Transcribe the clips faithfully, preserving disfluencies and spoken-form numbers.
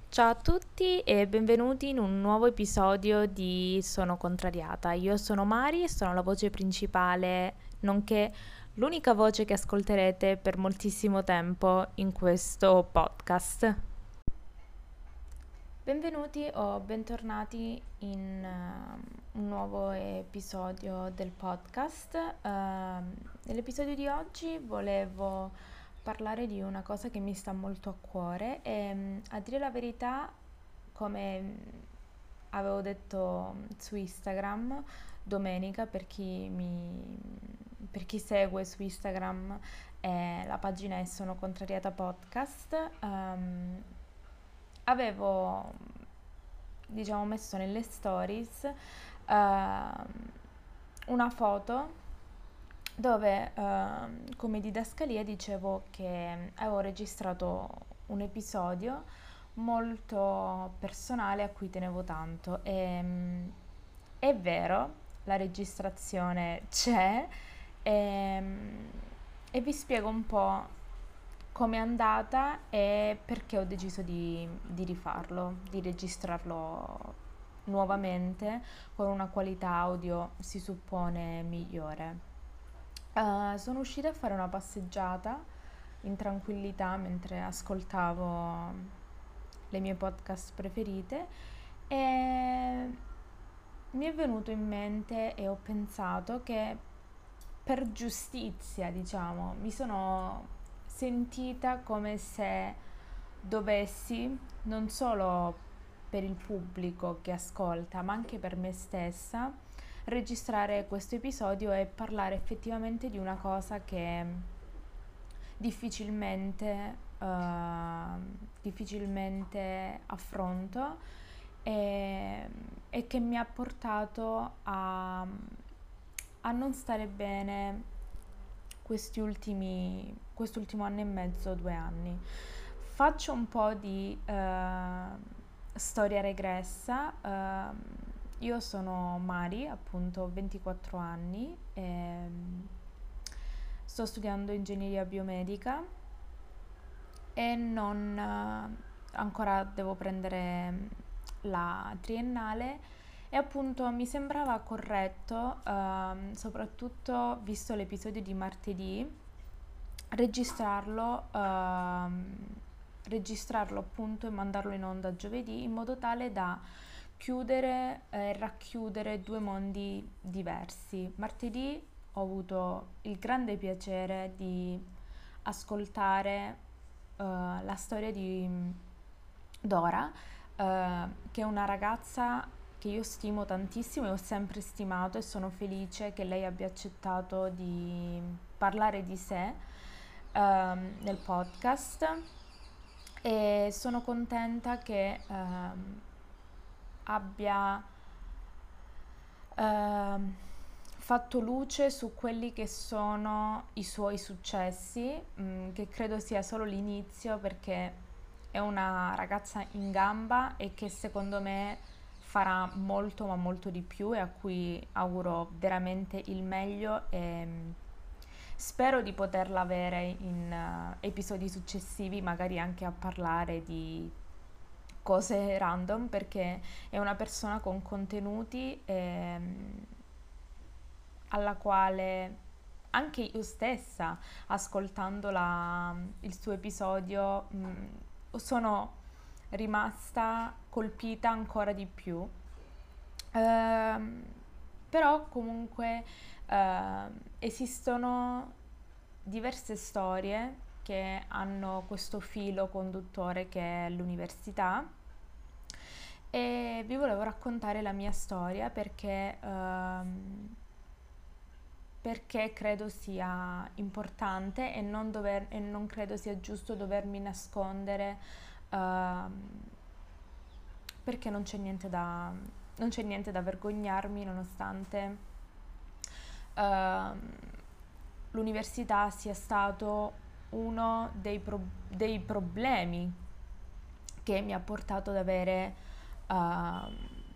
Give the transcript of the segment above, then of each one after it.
Ciao a tutti e benvenuti in un nuovo episodio di Sono Contrariata. Io sono Mari e sono la voce principale, nonché l'unica voce che ascolterete per moltissimo tempo in questo podcast. Benvenuti o bentornati in uh, un nuovo episodio del podcast. Uh, nell'episodio di oggi volevo parlare di una cosa che mi sta molto a cuore e, a dire la verità, come avevo detto su Instagram domenica, per chi mi per chi segue su Instagram, eh, la pagina è Sono Contrariata Podcast. Um, avevo diciamo messo nelle stories uh, una foto dove uh, come didascalia dicevo che avevo registrato un episodio molto personale a cui tenevo tanto e um, è vero, la registrazione c'è e, e vi spiego un po' come è andata e perché ho deciso di, di rifarlo, di registrarlo nuovamente con una qualità audio si suppone migliore. Uh, sono uscita a fare una passeggiata in tranquillità mentre ascoltavo le mie podcast preferite e mi è venuto in mente e ho pensato che per giustizia, diciamo, mi sono sentita come se dovessi, non solo per il pubblico che ascolta, ma anche per me stessa, registrare questo episodio e parlare effettivamente di una cosa che difficilmente, uh, difficilmente affronto e, e che mi ha portato a, a non stare bene questi ultimi, quest'ultimo anno e mezzo, due anni. Faccio un po' di uh, storia regressa. Uh, io sono Mari, appunto, ho ventiquattro anni e sto studiando ingegneria biomedica e non uh, ancora devo prendere la triennale e appunto mi sembrava corretto, uh, soprattutto visto l'episodio di martedì, registrarlo, uh, registrarlo appunto e mandarlo in onda giovedì in modo tale da chiudere e eh, racchiudere due mondi diversi. Martedì ho avuto il grande piacere di ascoltare uh, la storia di Dora, uh, che è una ragazza che io stimo tantissimo e ho sempre stimato e sono felice che lei abbia accettato di parlare di sé um, nel podcast e sono contenta che um, abbia um, fatto luce su quelli che sono i suoi successi, mh, che credo sia solo l'inizio perché è una ragazza in gamba e che secondo me farà molto ma molto di più e a cui auguro veramente il meglio e mh, spero di poterla avere in uh, episodi successivi, magari anche a parlare di cose random perché è una persona con contenuti e, mh, alla quale anche io stessa, ascoltando la, il suo episodio, mh, sono rimasta colpita ancora di più. Ehm, però comunque eh, esistono diverse storie che hanno questo filo conduttore che è l'università e vi volevo raccontare la mia storia perché ehm, perché credo sia importante e non, dover, e non credo sia giusto dovermi nascondere uh, perché non c'è niente da, non c'è niente da vergognarmi nonostante uh, l'università sia stato uno dei, pro- dei problemi che mi ha portato ad avere uh,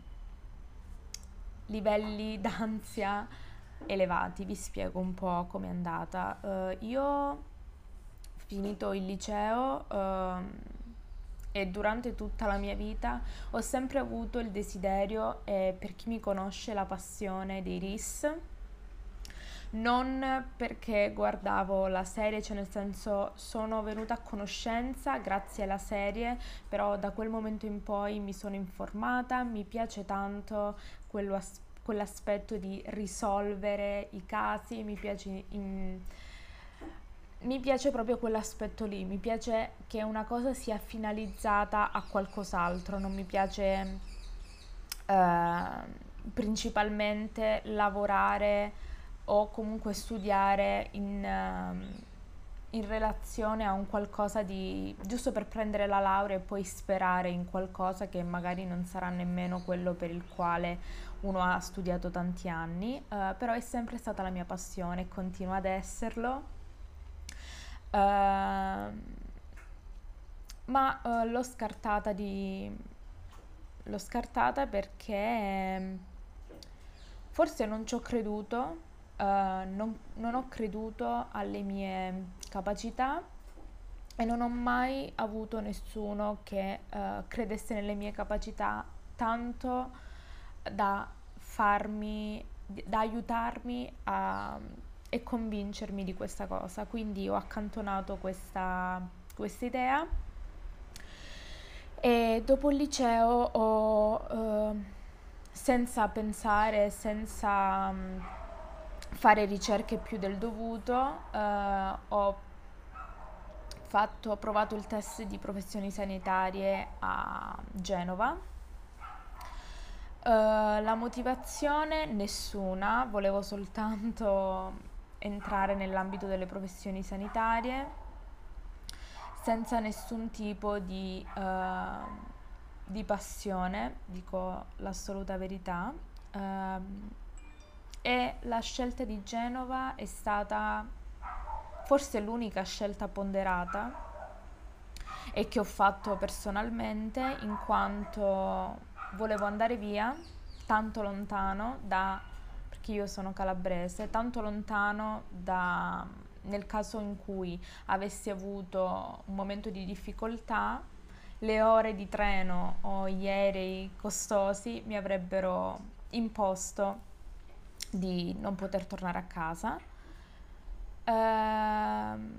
livelli d'ansia elevati. Vi spiego un po' com'è andata. Uh, io, finito il liceo, uh, e durante tutta la mia vita ho sempre avuto il desiderio, e per chi mi conosce la passione dei R I S, non perché guardavo la serie, cioè nel senso sono venuta a conoscenza grazie alla serie, però da quel momento in poi mi sono informata, mi piace tanto quello as- quell'aspetto di risolvere i casi, mi piace, in- mi piace proprio quell'aspetto lì, mi piace che una cosa sia finalizzata a qualcos'altro, non mi piace eh, principalmente lavorare o comunque studiare in, ehm, in relazione a un qualcosa di giusto per prendere la laurea e poi sperare in qualcosa che magari non sarà nemmeno quello per il quale uno ha studiato tanti anni, eh, però è sempre stata la mia passione e continua ad esserlo. Ehm, ma eh, l'ho scartata di... l'ho scartata perché ehm, forse non ci ho creduto, eh, non, non ho creduto alle mie capacità e non ho mai avuto nessuno che eh, credesse nelle mie capacità tanto da farmi, da aiutarmi a, e convincermi di questa cosa. Quindi ho accantonato questa, questa idea e dopo il liceo ho, eh, senza pensare, senza mm, fare ricerche più del dovuto, eh, ho fatto, ho provato il test di professioni sanitarie a Genova. Eh, la motivazione nessuna, volevo soltanto entrare nell'ambito delle professioni sanitarie senza nessun tipo di, eh, di passione, dico l'assoluta verità. Ehm, e la scelta di Genova è stata forse l'unica scelta ponderata e che ho fatto personalmente in quanto volevo andare via tanto lontano da, perché io sono calabrese, tanto lontano da, nel caso in cui avessi avuto un momento di difficoltà, le ore di treno o gli aerei costosi mi avrebbero imposto di non poter tornare a casa. Ehm,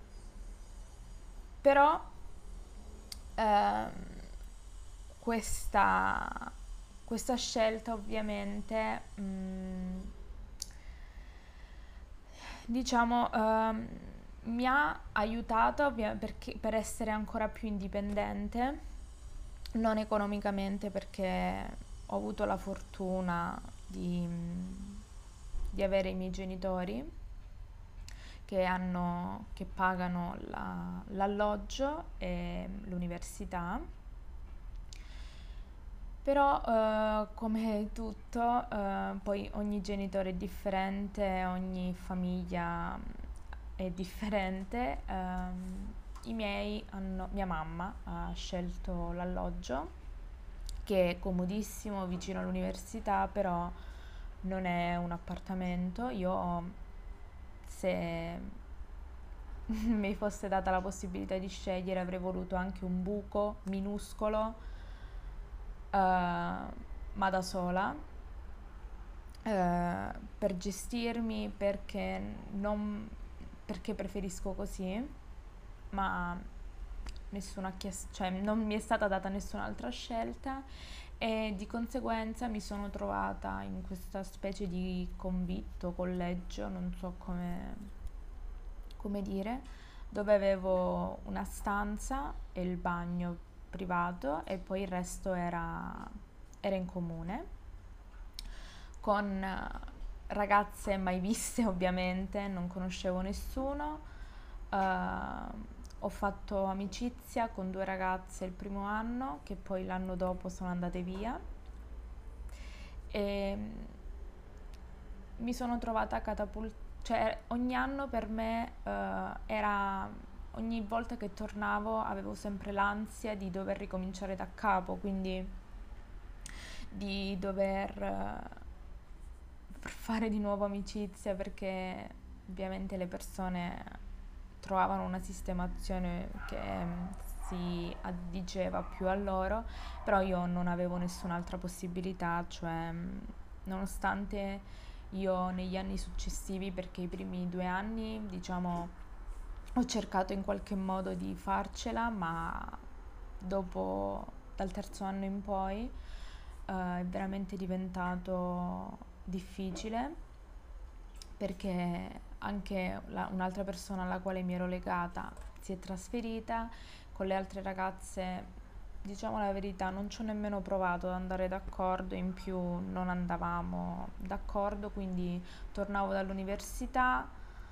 però ehm, questa, questa scelta ovviamente mh, diciamo ehm, mi ha aiutato ovvia- perché- per essere ancora più indipendente, non economicamente perché ho avuto la fortuna di, di avere i miei genitori che, hanno, che pagano la- l'alloggio e l'università. Però eh, come tutto, eh, poi ogni genitore è differente, ogni famiglia è differente. Ehm, i miei hanno, mia mamma ha scelto l'alloggio, che è comodissimo, vicino all'università, però non è un appartamento. Io, se mi fosse data la possibilità di scegliere, avrei voluto anche un buco minuscolo, eh, ma da sola, eh, per gestirmi, perché, non, perché preferisco così, ma nessuno ha chiesto, cioè non mi è stata data nessun'altra scelta e di conseguenza mi sono trovata in questa specie di convitto, collegio, non so come, come dire, dove avevo una stanza e il bagno privato e poi il resto era, era in comune, con eh, ragazze mai viste ovviamente, non conoscevo nessuno. Eh, ho fatto amicizia con due ragazze il primo anno che poi l'anno dopo sono andate via e mi sono trovata catapultata, cioè ogni anno per me eh, era, ogni volta che tornavo avevo sempre l'ansia di dover ricominciare da capo, quindi di dover eh, fare di nuovo amicizia perché ovviamente le persone trovavano una sistemazione che si addiceva più a loro, però io non avevo nessun'altra possibilità, cioè nonostante io negli anni successivi, perché i primi due anni, diciamo, ho cercato in qualche modo di farcela, ma dopo, dal terzo anno in poi, eh, è veramente diventato difficile, perché anche la- un'altra persona alla quale mi ero legata si è trasferita, con le altre ragazze, diciamo la verità, non ci ho nemmeno provato ad andare d'accordo, in più non andavamo d'accordo, quindi tornavo dall'università,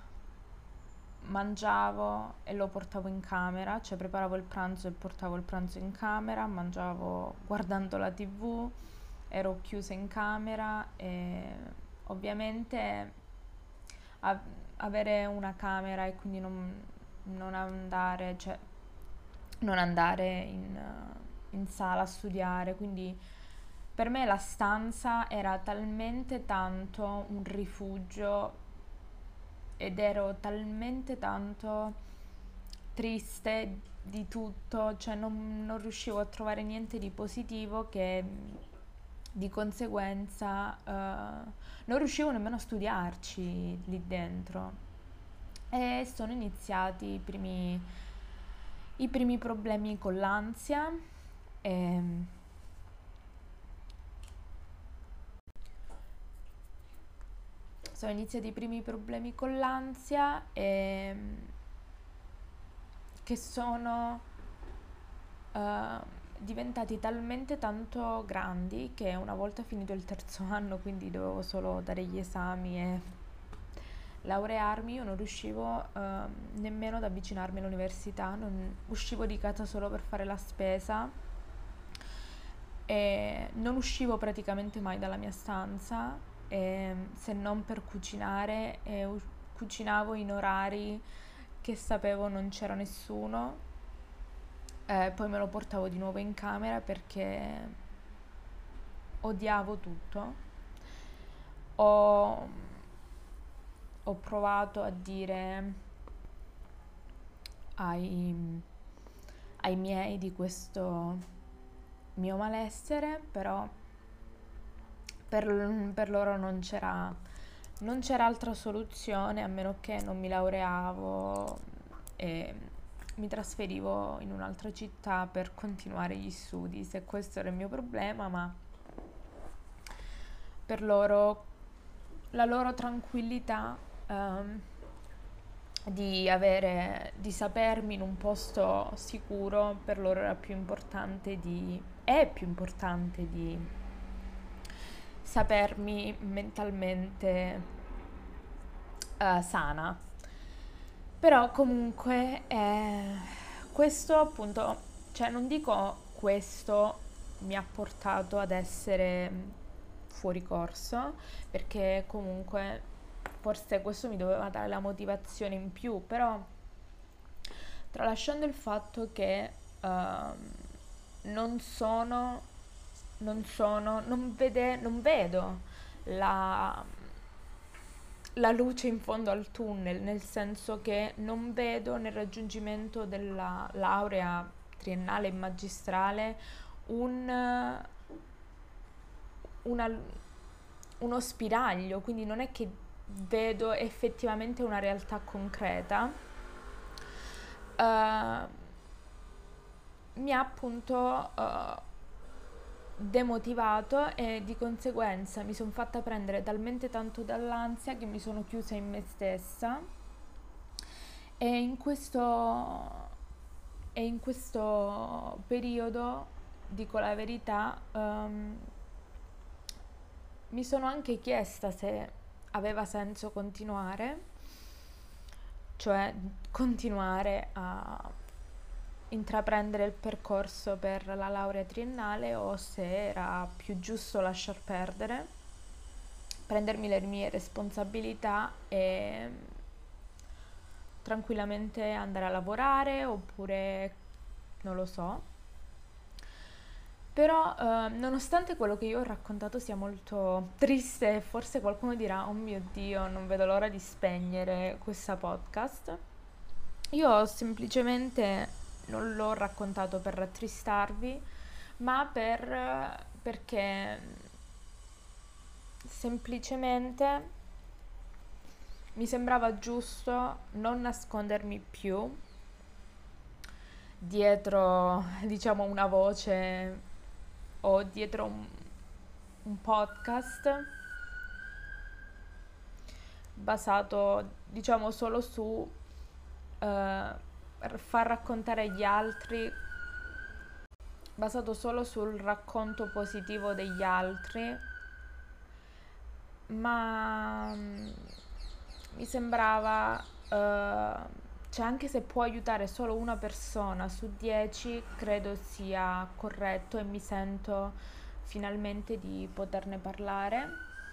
mangiavo e lo portavo in camera, cioè preparavo il pranzo e portavo il pranzo in camera, mangiavo guardando la T V, ero chiusa in camera e ovviamente a- avere una camera e quindi non, non andare, cioè non andare in, eh, in sala a studiare, quindi per me la stanza era talmente tanto un rifugio ed ero talmente tanto triste di tutto, cioè non, non riuscivo a trovare niente di positivo, che di conseguenza eh, non riuscivo nemmeno a studiarci lì dentro. E sono iniziati i primi, i primi problemi con l'ansia. E sono iniziati i primi problemi con l'ansia e che sono eh, diventati talmente tanto grandi che una volta finito il terzo anno, quindi dovevo solo dare gli esami e laurearmi, io non riuscivo eh, nemmeno ad avvicinarmi all'università, non uscivo di casa solo per fare la spesa e non uscivo praticamente mai dalla mia stanza, e, se non per cucinare, e u- cucinavo in orari che sapevo non c'era nessuno, eh, poi me lo portavo di nuovo in camera perché odiavo tutto. Ho, ho provato a dire ai, ai miei di questo mio malessere, però per, per loro non c'era, non c'era altra soluzione a meno che non mi laureavo e mi trasferivo in un'altra città per continuare gli studi, se questo era il mio problema, ma per loro la loro tranquillità ehm, di avere, di sapermi in un posto sicuro, per loro era più importante di, è più importante di sapermi mentalmente eh, sana. Però comunque eh, questo appunto, cioè non dico questo mi ha portato ad essere fuori corso, perché comunque forse questo mi doveva dare la motivazione in più, però tralasciando il fatto che ehm, non sono, non sono, non vede, non vedo la, la luce in fondo al tunnel, nel senso che non vedo nel raggiungimento della laurea triennale e magistrale un, una, uno spiraglio, quindi non è che vedo effettivamente una realtà concreta. Uh, mi ha appunto uh, demotivato e di conseguenza mi sono fatta prendere talmente tanto dall'ansia che mi sono chiusa in me stessa e in questo, e in questo periodo, dico la verità, um, mi sono anche chiesta se aveva senso continuare, cioè continuare a intraprendere il percorso per la laurea triennale o se era più giusto lasciar perdere, prendermi le mie responsabilità e tranquillamente andare a lavorare oppure non lo so. Però eh, nonostante quello che io ho raccontato sia molto triste e forse qualcuno dirà oh mio Dio, non vedo l'ora di spegnere questa podcast, io ho semplicemente non l'ho raccontato per rattristarvi, ma per, perché semplicemente mi sembrava giusto non nascondermi più dietro, diciamo, una voce o dietro un, un podcast basato, diciamo, solo su eh, far raccontare agli altri, basato solo sul racconto positivo degli altri, ma mm, mi sembrava, eh, cioè anche se può aiutare solo una persona su dieci, credo sia corretto e mi sento finalmente di poterne parlare.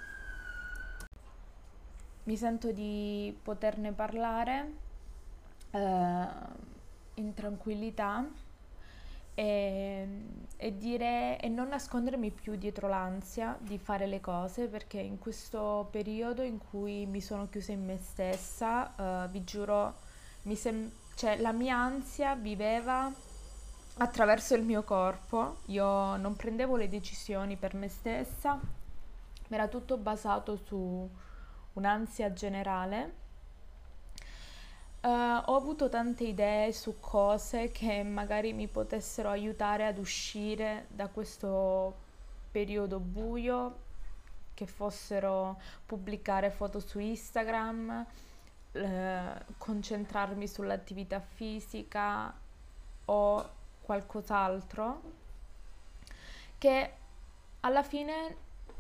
Mi sento di poterne parlare eh, in tranquillità e, e dire e non nascondermi più dietro l'ansia di fare le cose, perché in questo periodo in cui mi sono chiusa in me stessa, eh, vi giuro, mi sem- cioè, la mia ansia viveva attraverso il mio corpo. Io non prendevo le decisioni per me stessa, ma era tutto basato su un'ansia generale. Eh, ho avuto tante idee su cose che magari mi potessero aiutare ad uscire da questo periodo buio, che fossero pubblicare foto su Instagram, eh, concentrarmi sull'attività fisica o qualcos'altro, che alla fine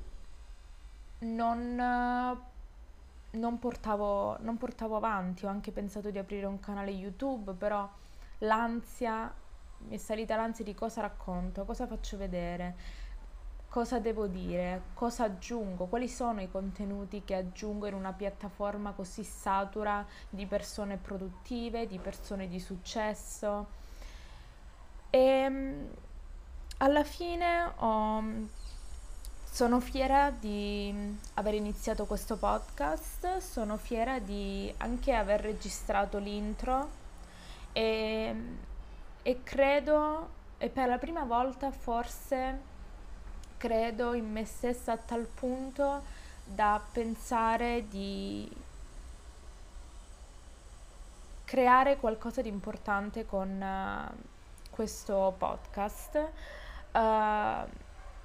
non non portavo, non portavo avanti. Ho anche pensato di aprire un canale YouTube, però l'ansia, mi è salita l'ansia di cosa racconto, cosa faccio vedere, cosa devo dire, cosa aggiungo, quali sono i contenuti che aggiungo in una piattaforma così satura di persone produttive, di persone di successo. E alla fine ho sono fiera di aver iniziato questo podcast, sono fiera di anche aver registrato l'intro e, e credo, e per la prima volta forse credo in me stessa a tal punto da pensare di creare qualcosa di importante con uh, questo podcast. Uh,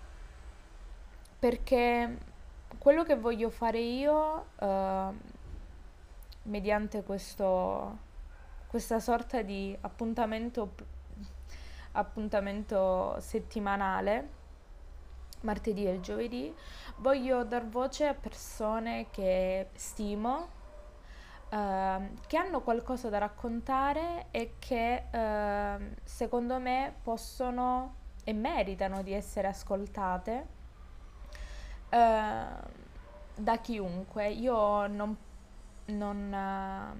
perché quello che voglio fare io, eh, mediante questo, questa sorta di appuntamento, appuntamento settimanale, martedì e il giovedì, voglio dar voce a persone che stimo, eh, che hanno qualcosa da raccontare e che eh, secondo me possono e meritano di essere ascoltate eh, da chiunque. Io non, non, eh,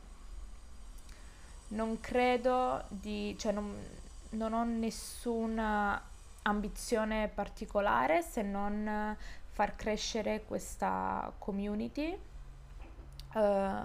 non credo di, cioè non, non ho nessuna ambizione particolare se non far crescere questa community, eh,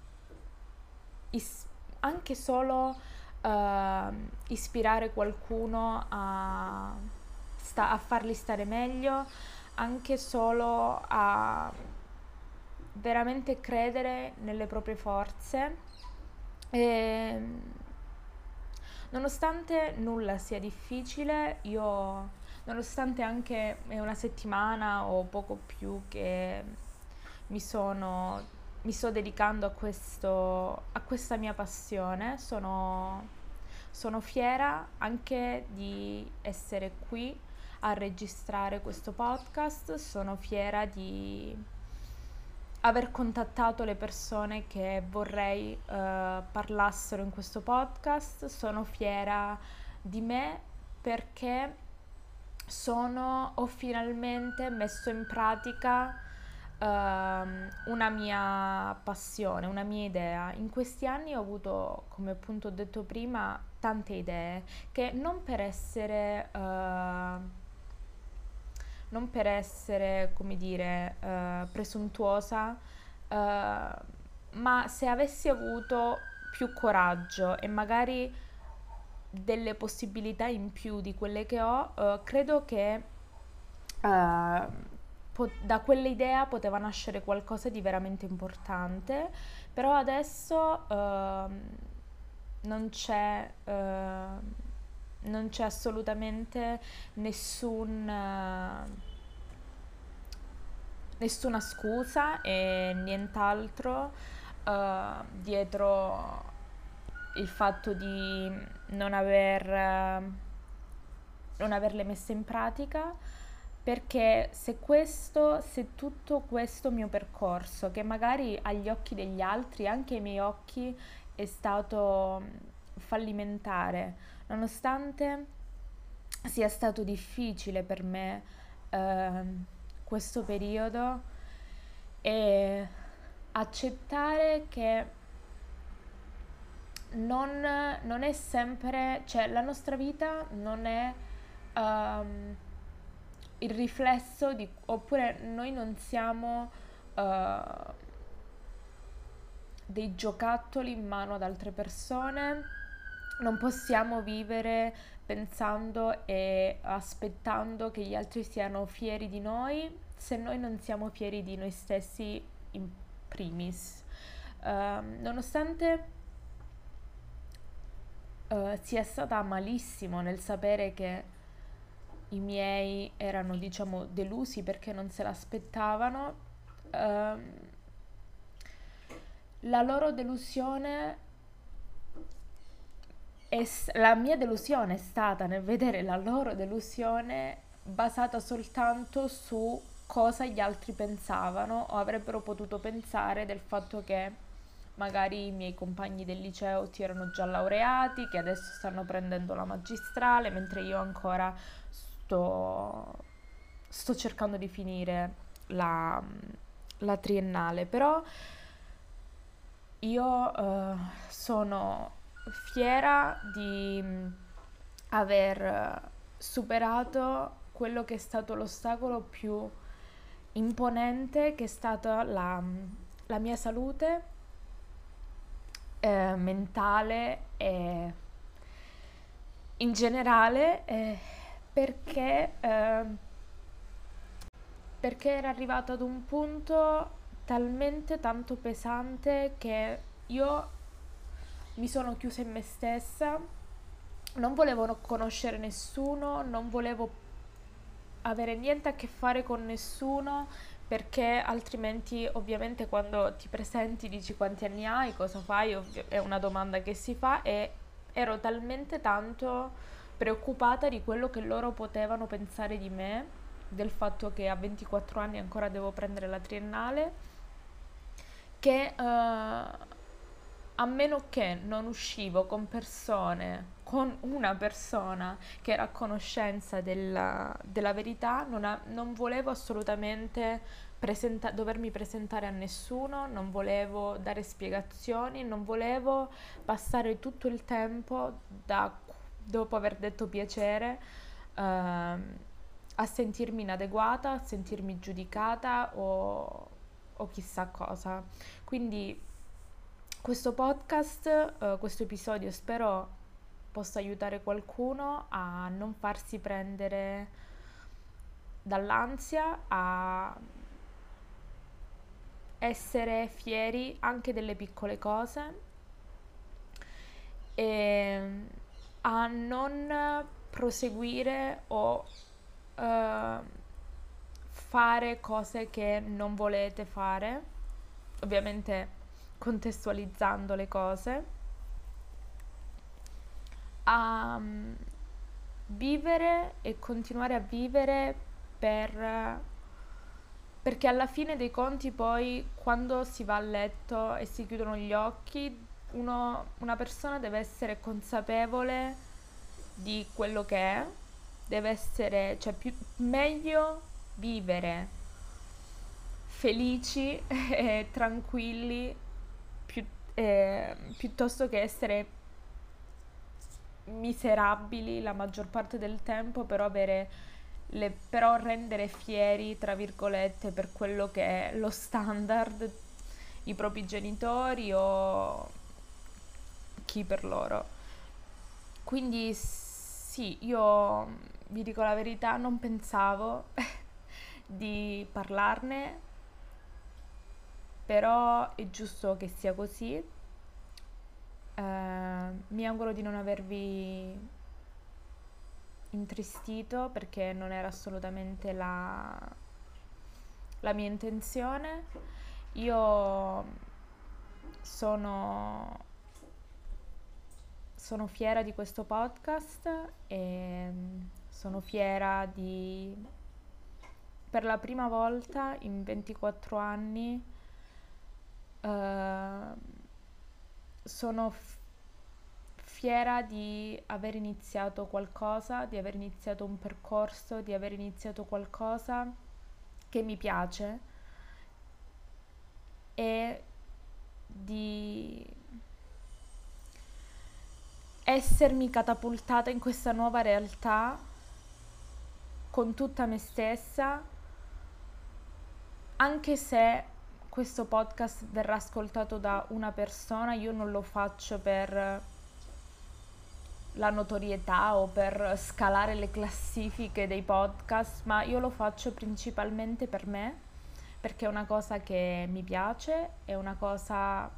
is- anche solo eh, ispirare qualcuno a, sta- a farli stare meglio, anche solo a veramente credere nelle proprie forze. E nonostante nulla sia difficile, io, nonostante anche è una settimana o poco più che mi sono, mi sto dedicando a questo, a questa mia passione, sono, sono fiera anche di essere qui a registrare questo podcast, sono fiera di aver contattato le persone che vorrei eh, parlassero in questo podcast, sono fiera di me perché sono, ho finalmente messo in pratica ehm, una mia passione, una mia idea. In questi anni ho avuto, come appunto ho detto prima, tante idee che non per essere eh, non per essere, come dire, eh, presuntuosa, eh, ma se avessi avuto più coraggio e magari delle possibilità in più di quelle che ho, eh, credo che eh, po- da quell'idea poteva nascere qualcosa di veramente importante, però adesso ehm, non c'è, ehm, non c'è assolutamente nessun, eh, nessuna scusa e nient'altro eh, dietro il fatto di non aver, eh, non averle messe in pratica, perché se questo, se tutto questo mio percorso, che magari agli occhi degli altri, anche ai miei occhi, è stato fallimentare, nonostante sia stato difficile per me ehm, questo periodo, e accettare che non, non è sempre, cioè la nostra vita non è ehm, il riflesso di, oppure noi non siamo eh, dei giocattoli in mano ad altre persone, non possiamo vivere pensando e aspettando che gli altri siano fieri di noi se noi non siamo fieri di noi stessi in primis. Uh, nonostante uh, sia stata malissimo nel sapere che i miei erano, diciamo, delusi perché non se l'aspettavano, uh, la loro delusione è, la mia delusione è stata nel vedere la loro delusione basata soltanto su cosa gli altri pensavano o avrebbero potuto pensare del fatto che magari i miei compagni del liceo si erano già laureati, che adesso stanno prendendo la magistrale, mentre io ancora sto, sto cercando di finire la, la triennale. Però io eh, sono fiera di aver superato quello che è stato l'ostacolo più imponente, che è stata la, la mia salute eh, mentale e in generale, eh, perché, eh, perché era arrivata ad un punto talmente tanto pesante che io mi sono chiusa in me stessa, non volevo conoscere nessuno, non volevo avere niente a che fare con nessuno, perché altrimenti ovviamente quando ti presenti dici quanti anni hai, cosa fai, ovvio, è una domanda che si fa, e ero talmente tanto preoccupata di quello che loro potevano pensare di me, del fatto che a ventiquattro anni ancora devo prendere la triennale, che uh, a meno che non uscivo con persone, con una persona che era a conoscenza della, della verità, non, ha, non volevo assolutamente presenta- dovermi presentare a nessuno, non volevo dare spiegazioni, non volevo passare tutto il tempo da, dopo aver detto piacere ehm, a sentirmi inadeguata, a sentirmi giudicata o, o chissà cosa. Quindi questo podcast, uh, questo episodio spero possa aiutare qualcuno a non farsi prendere dall'ansia, a essere fieri anche delle piccole cose e a non proseguire o uh, fare cose che non volete fare, ovviamente contestualizzando le cose, a vivere e continuare a vivere per, perché alla fine dei conti poi quando si va a letto e si chiudono gli occhi uno, una persona deve essere consapevole di quello che è, deve essere, cioè più, meglio vivere felici e tranquilli più, eh, piuttosto che essere miserabili la maggior parte del tempo, però avere le, però rendere fieri, tra virgolette, per quello che è lo standard, i propri genitori o chi per loro. quindi sì, io vi dico la verità, non pensavo di parlarne, però è giusto che sia così. Eh, mi auguro di non avervi intristito perché non era assolutamente la, la mia intenzione. Io sono, sono fiera di questo podcast e sono fiera di, per la prima volta in ventiquattro anni, eh, sono f- fiera di aver iniziato qualcosa, di aver iniziato un percorso, di aver iniziato qualcosa che mi piace e di essermi catapultata in questa nuova realtà con tutta me stessa, anche se questo podcast verrà ascoltato da una persona, io non lo faccio per la notorietà o per scalare le classifiche dei podcast, ma io lo faccio principalmente per me, perché è una cosa che mi piace, è una cosa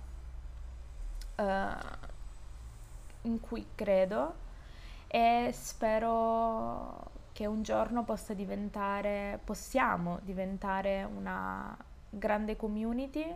eh, in cui credo e spero che un giorno possa diventare, possiamo diventare una grande community,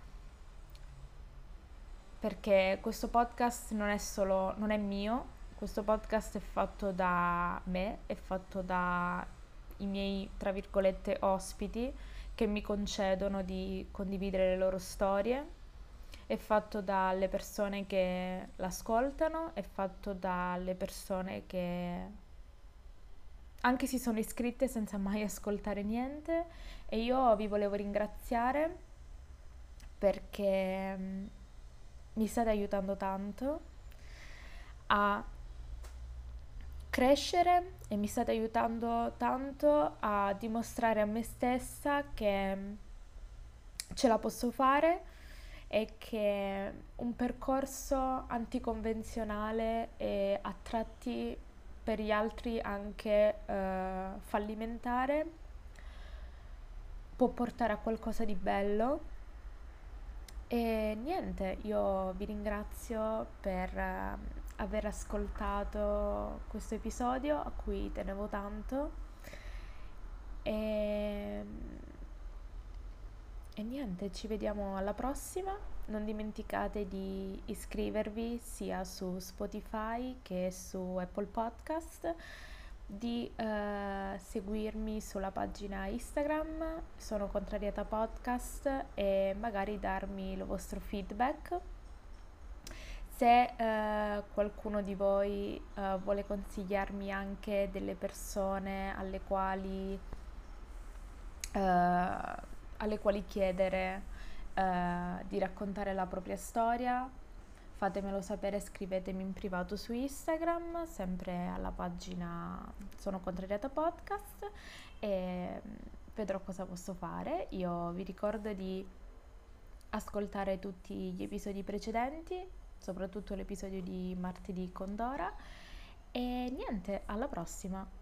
perché questo podcast non è solo, non è mio, questo podcast è fatto da me, è fatto da i miei, tra virgolette, ospiti che mi concedono di condividere le loro storie, è fatto dalle persone che l'ascoltano, è fatto dalle persone che anche si sono iscritte senza mai ascoltare niente, e io vi volevo ringraziare perché mm, mi state aiutando tanto a crescere e mi state aiutando tanto a dimostrare a me stessa che mm, ce la posso fare e che un percorso anticonvenzionale e a tratti per gli altri anche eh, fallimentare può portare a qualcosa di bello. E niente, io vi ringrazio per eh, aver ascoltato questo episodio a cui tenevo tanto e, e niente, ci vediamo alla prossima. Non dimenticate di iscrivervi sia su Spotify che su Apple Podcast, di eh, seguirmi sulla pagina Instagram, sono Contrariata Podcast, e magari darmi il vostro feedback. Se eh, qualcuno di voi eh, vuole consigliarmi anche delle persone alle quali, eh, alle quali chiedere eh, di raccontare la propria storia, fatemelo sapere, scrivetemi in privato su Instagram, sempre alla pagina Sono Contrariata Podcast, e vedrò cosa posso fare. Io vi ricordo di ascoltare tutti gli episodi precedenti, soprattutto l'episodio di martedì con Dora, e niente, alla prossima!